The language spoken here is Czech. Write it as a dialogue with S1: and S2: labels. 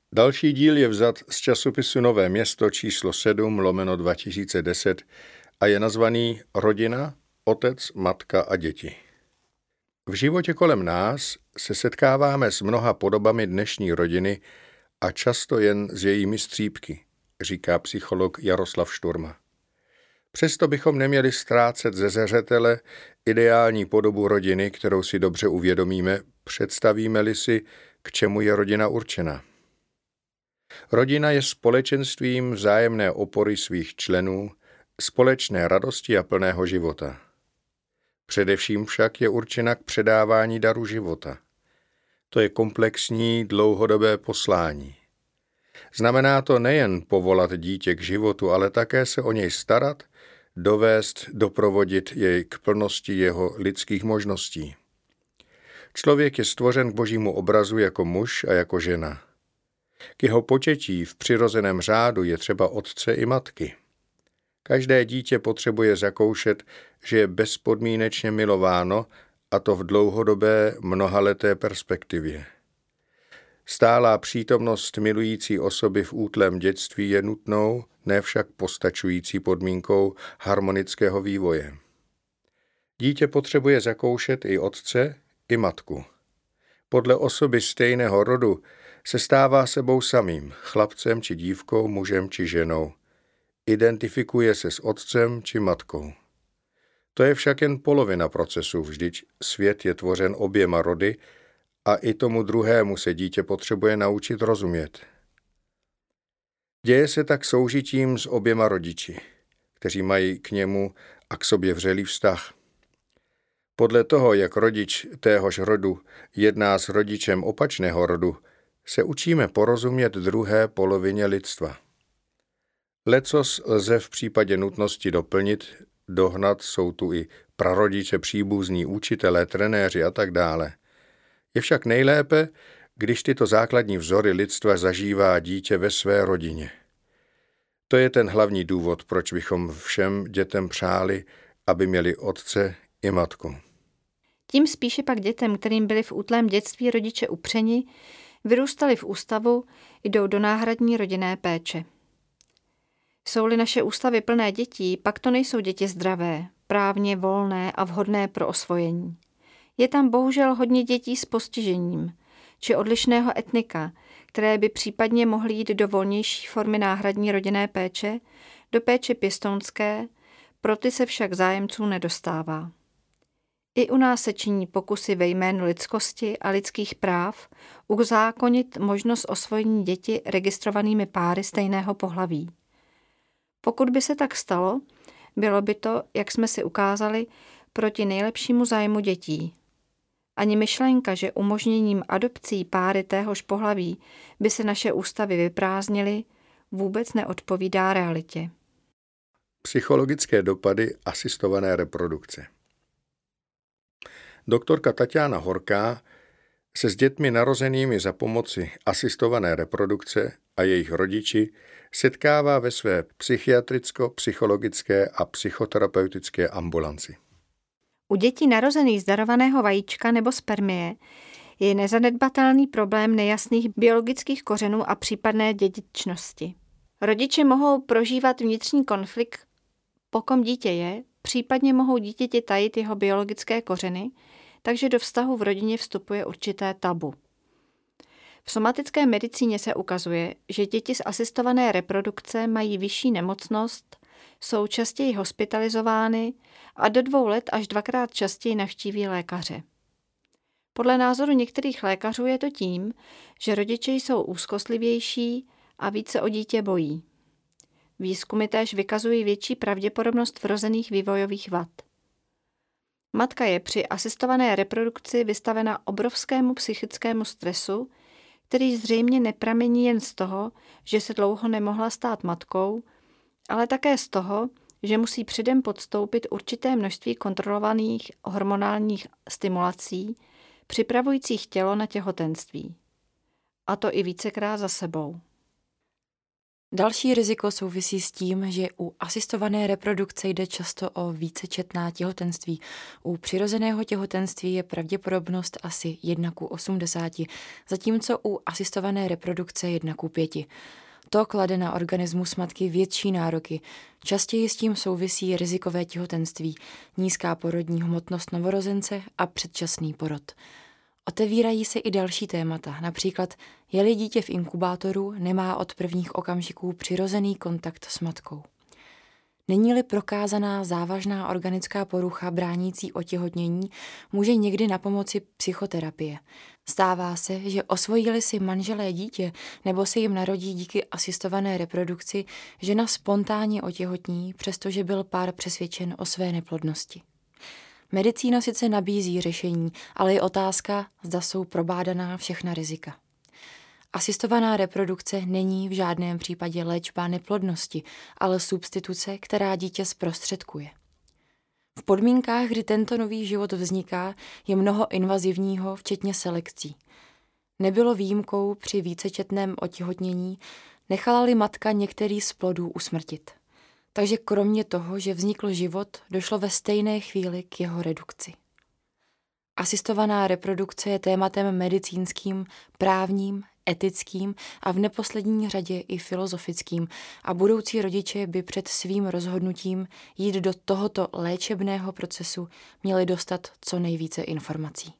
S1: Další díl je vzat z časopisu Nové město číslo 7/2010 a je nazvaný Rodina, otec, matka a děti. V životě kolem nás se setkáváme s mnoha podobami dnešní rodiny a často jen s jejími střípky, říká psycholog Jaroslav Šturma. Přesto bychom neměli ztrácet ze zřetele ideální podobu rodiny, kterou si dobře uvědomíme, představíme-li si, k čemu je rodina určena. Rodina je společenstvím vzájemné opory svých členů, společné radosti a plného života. Především však je určena k předávání daru života. To je komplexní, dlouhodobé poslání. Znamená to nejen povolat dítě k životu, ale také se o něj starat, dovést, doprovodit jej k plnosti jeho lidských možností. Člověk je stvořen k božímu obrazu jako muž a jako žena. K jeho početí v přirozeném řádu je třeba otce i matky. Každé dítě potřebuje zakoušet, že je bezpodmínečně milováno, a to v dlouhodobé, mnohaleté perspektivě. Stálá přítomnost milující osoby v útlém dětství je nutnou, ne však postačující podmínkou harmonického vývoje. Dítě potřebuje zakoušet i otce, i matku. Podle osoby stejného rodu se stává sebou samým, chlapcem či dívkou, mužem či ženou. Identifikuje se s otcem či matkou. To je však jen polovina procesu, vždyť svět je tvořen oběma rody a i tomu druhému se dítě potřebuje naučit rozumět. Děje se tak soužitím s oběma rodiči, kteří mají k němu a k sobě vřelý vztah. Podle toho, jak rodič téhož rodu jedná s rodičem opačného rodu, se učíme porozumět druhé polovině lidstva. Lecos lze v případě nutnosti doplnit, dohnat, jsou tu i prarodiče, příbuzní, učitelé, trenéři a tak dále. Je však nejlépe, když tyto základní vzory lidstva zažívá dítě ve své rodině. To je ten hlavní důvod, proč bychom všem dětem přáli, aby měli otce i matku.
S2: Tím spíše pak dětem, kterým byli v útlém dětství rodiče upřeni, vyrůstali v ústavu, jdou do náhradní rodinné péče. Jsou-li naše ústavy plné dětí, pak to nejsou děti zdravé, právně volné a vhodné pro osvojení. Je tam bohužel hodně dětí s postižením či odlišného etnika, které by případně mohly jít do volnější formy náhradní rodinné péče, do péče pěstounské, pro ty se však zájemců nedostává. I u nás se činí pokusy ve jménu lidskosti a lidských práv uzákonit možnost osvojení děti registrovanými páry stejného pohlaví. Pokud by se tak stalo, bylo by to, jak jsme si ukázali, proti nejlepšímu zájmu dětí. Ani myšlenka, že umožněním adopcí páry téhož pohlaví by se naše ústavy vyprázdnily, vůbec neodpovídá realitě.
S1: Psychologické dopady asistované reprodukce. Doktorka Tatiana Horká se s dětmi narozenými za pomoci asistované reprodukce a jejich rodiči setkává ve své psychiatricko-psychologické a psychoterapeutické ambulanci.
S2: U dětí narozených z darovaného vajíčka nebo spermie je nezanedbatelný problém nejasných biologických kořenů a případné dědičnosti. Rodiče mohou prožívat vnitřní konflikt, po kom dítě je, případně mohou dítěti tajit jeho biologické kořeny, takže do vztahu v rodině vstupuje určité tabu. V somatické medicíně se ukazuje, že děti z asistované reprodukce mají vyšší nemocnost, jsou častěji hospitalizovány a do 2 let až 2krát častěji navštíví lékaře. Podle názoru některých lékařů je to tím, že rodiče jsou úzkostlivější a více o dítě bojí. Výzkumy též vykazují větší pravděpodobnost vrozených vývojových vad. Matka je při asistované reprodukci vystavena obrovskému psychickému stresu, který zřejmě nepramení jen z toho, že se dlouho nemohla stát matkou, ale také z toho, že musí předem podstoupit určité množství kontrolovaných hormonálních stimulací, připravujících tělo na těhotenství. A to i vícekrát za sebou.
S3: Další riziko souvisí s tím, že u asistované reprodukce jde často o vícečetná těhotenství. U přirozeného těhotenství je pravděpodobnost asi 1:80, zatímco u asistované reprodukce 1:5. To klade na organismus matky větší nároky. Častěji s tím souvisí rizikové těhotenství, nízká porodní hmotnost novorozence a předčasný porod. Otevírají se i další témata, například je-li dítě v inkubátoru, nemá od prvních okamžiků přirozený kontakt s matkou. Není-li prokázaná závažná organická porucha bránící otěhotnění, může někdy napomoci psychoterapie. Stává se, že osvojí-li si manželé dítě nebo se jim narodí díky asistované reprodukci, žena spontánně otěhotní, přestože byl pár přesvědčen o své neplodnosti. Medicína sice nabízí řešení, ale je otázka, zda jsou probádaná všechna rizika. Asistovaná reprodukce není v žádném případě léčba neplodnosti, ale substituce, která dítě zprostředkuje. V podmínkách, kdy tento nový život vzniká, je mnoho invazivního, včetně selekcí. Nebylo výjimkou při vícečetném otěhotnění, nechala-li matka některý z plodů usmrtit. Takže kromě toho, že vznikl život, došlo ve stejné chvíli k jeho redukci. Asistovaná reprodukce je tématem medicínským, právním, etickým a v neposlední řadě i filozofickým a budoucí rodiče by před svým rozhodnutím jít do tohoto léčebného procesu měli dostat co nejvíce informací.